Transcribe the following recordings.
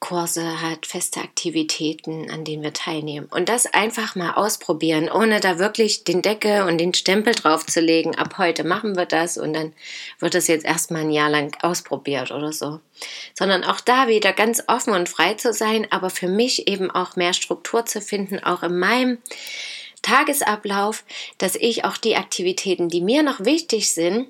Kurse hat, feste Aktivitäten, an denen wir teilnehmen. Und das einfach mal ausprobieren, ohne da wirklich den Deckel und den Stempel drauf zu legen. Ab heute machen wir das und dann wird das jetzt erstmal ein Jahr lang ausprobiert oder so. Sondern auch da wieder ganz offen und frei zu sein, aber für mich eben auch mehr Struktur zu finden, auch in meinem Tagesablauf, dass ich auch die Aktivitäten, die mir noch wichtig sind,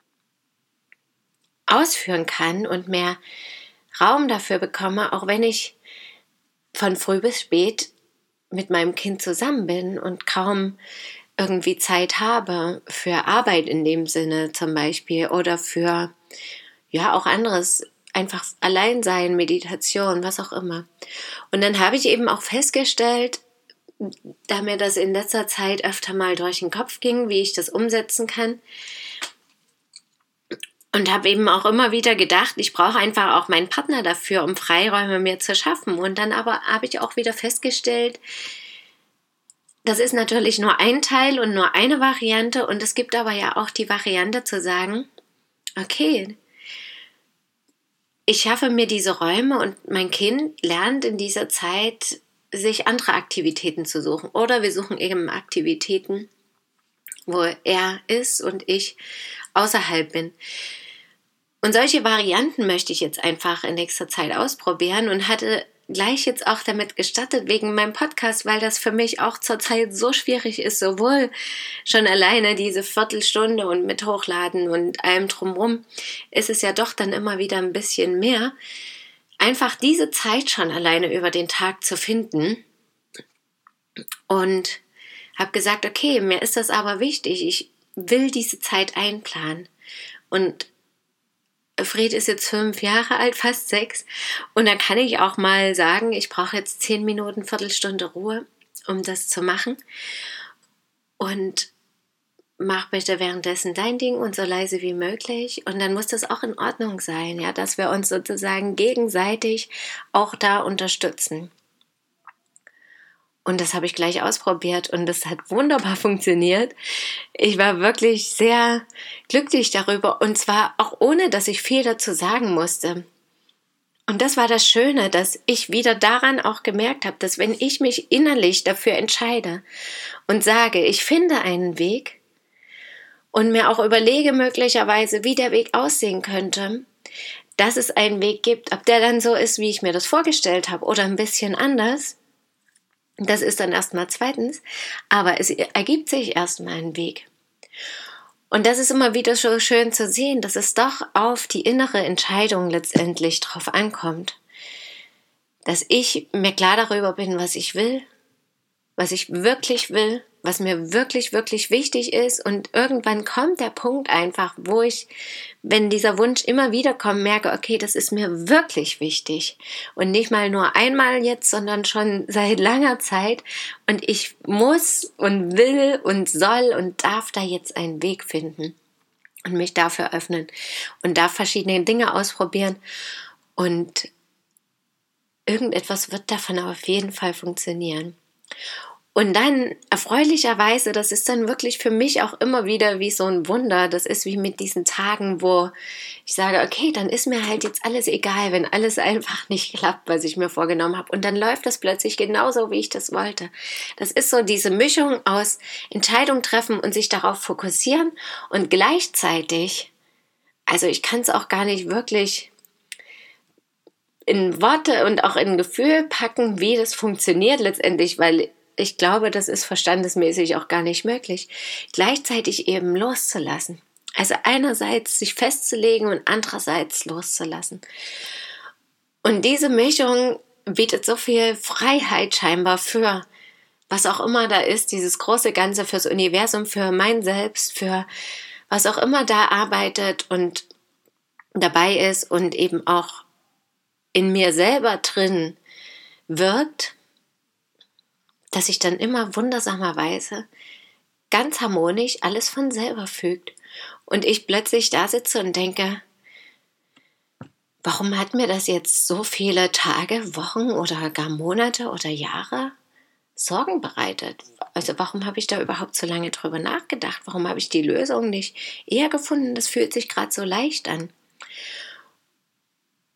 ausführen kann und mehr Raum dafür bekomme, auch wenn ich von früh bis spät mit meinem Kind zusammen bin und kaum irgendwie Zeit habe für Arbeit in dem Sinne zum Beispiel oder für auch anderes, einfach Alleinsein, Meditation, was auch immer. Und dann habe ich eben auch festgestellt, da mir das in letzter Zeit öfter mal durch den Kopf ging, wie ich das umsetzen kann, und habe eben auch immer wieder gedacht, ich brauche einfach auch meinen Partner dafür, um Freiräume mir zu schaffen. Und dann aber habe ich auch wieder festgestellt, das ist natürlich nur ein Teil und nur eine Variante. Und es gibt aber ja auch die Variante zu sagen, okay, ich schaffe mir diese Räume und mein Kind lernt in dieser Zeit, sich andere Aktivitäten zu suchen. Oder wir suchen eben Aktivitäten, wo er ist und ich außerhalb bin. Und solche Varianten möchte ich jetzt einfach in nächster Zeit ausprobieren und hatte gleich jetzt auch damit gestartet wegen meinem Podcast, weil das für mich auch zurzeit so schwierig ist, sowohl schon alleine diese Viertelstunde und mit Hochladen und allem drumherum ist es ja doch dann immer wieder ein bisschen mehr, einfach diese Zeit schon alleine über den Tag zu finden. Und habe gesagt, okay, mir ist das aber wichtig, ich will diese Zeit einplanen. Und Fred ist jetzt 5 Jahre alt, fast 6. Und dann kann ich auch mal sagen, ich brauche jetzt 10 Minuten, Viertelstunde Ruhe, um das zu machen. Und mach bitte währenddessen dein Ding und so leise wie möglich. Und dann muss das auch in Ordnung sein, ja, dass wir uns sozusagen gegenseitig auch da unterstützen. Und das habe ich gleich ausprobiert und das hat wunderbar funktioniert. Ich war wirklich sehr glücklich darüber und zwar auch ohne, dass ich viel dazu sagen musste. Und das war das Schöne, dass ich wieder daran auch gemerkt habe, dass wenn ich mich innerlich dafür entscheide und sage, ich finde einen Weg und mir auch überlege möglicherweise, wie der Weg aussehen könnte, dass es einen Weg gibt, ob der dann so ist, wie ich mir das vorgestellt habe oder ein bisschen anders. Das ist dann erstmal zweitens, aber es ergibt sich erstmal ein Weg. Und das ist immer wieder so schön zu sehen, dass es doch auf die innere Entscheidung letztendlich drauf ankommt. Dass ich mir klar darüber bin, was ich will, was ich wirklich will, was mir wirklich, wirklich wichtig ist. Und irgendwann kommt der Punkt einfach, wo ich, wenn dieser Wunsch immer wieder kommt, merke, okay, das ist mir wirklich wichtig. Und nicht mal nur einmal jetzt, sondern schon seit langer Zeit. Und ich muss und will und soll und darf da jetzt einen Weg finden und mich dafür öffnen und darf verschiedene Dinge ausprobieren. Und irgendetwas wird davon auf jeden Fall funktionieren. Und dann erfreulicherweise, das ist dann wirklich für mich auch immer wieder wie so ein Wunder. Das ist wie mit diesen Tagen, wo ich sage, okay, dann ist mir halt jetzt alles egal, wenn alles einfach nicht klappt, was ich mir vorgenommen habe. Und dann läuft das plötzlich genauso, wie ich das wollte. Das ist so diese Mischung aus Entscheidung treffen und sich darauf fokussieren und gleichzeitig, also ich kann es auch gar nicht wirklich in Worte und auch in Gefühl packen, wie das funktioniert letztendlich, weil ich glaube, das ist verstandesmäßig auch gar nicht möglich, gleichzeitig eben loszulassen. Also einerseits sich festzulegen und andererseits loszulassen. Und diese Mischung bietet so viel Freiheit scheinbar für was auch immer da ist, dieses große Ganze, fürs Universum, für mein Selbst, für was auch immer da arbeitet und dabei ist und eben auch in mir selber drin wirkt, dass sich dann immer wundersamerweise ganz harmonisch alles von selber fügt. Und ich plötzlich da sitze und denke, warum hat mir das jetzt so viele Tage, Wochen oder gar Monate oder Jahre Sorgen bereitet? Also warum habe ich da überhaupt so lange drüber nachgedacht? Warum habe ich die Lösung nicht eher gefunden? Das fühlt sich gerade so leicht an. Und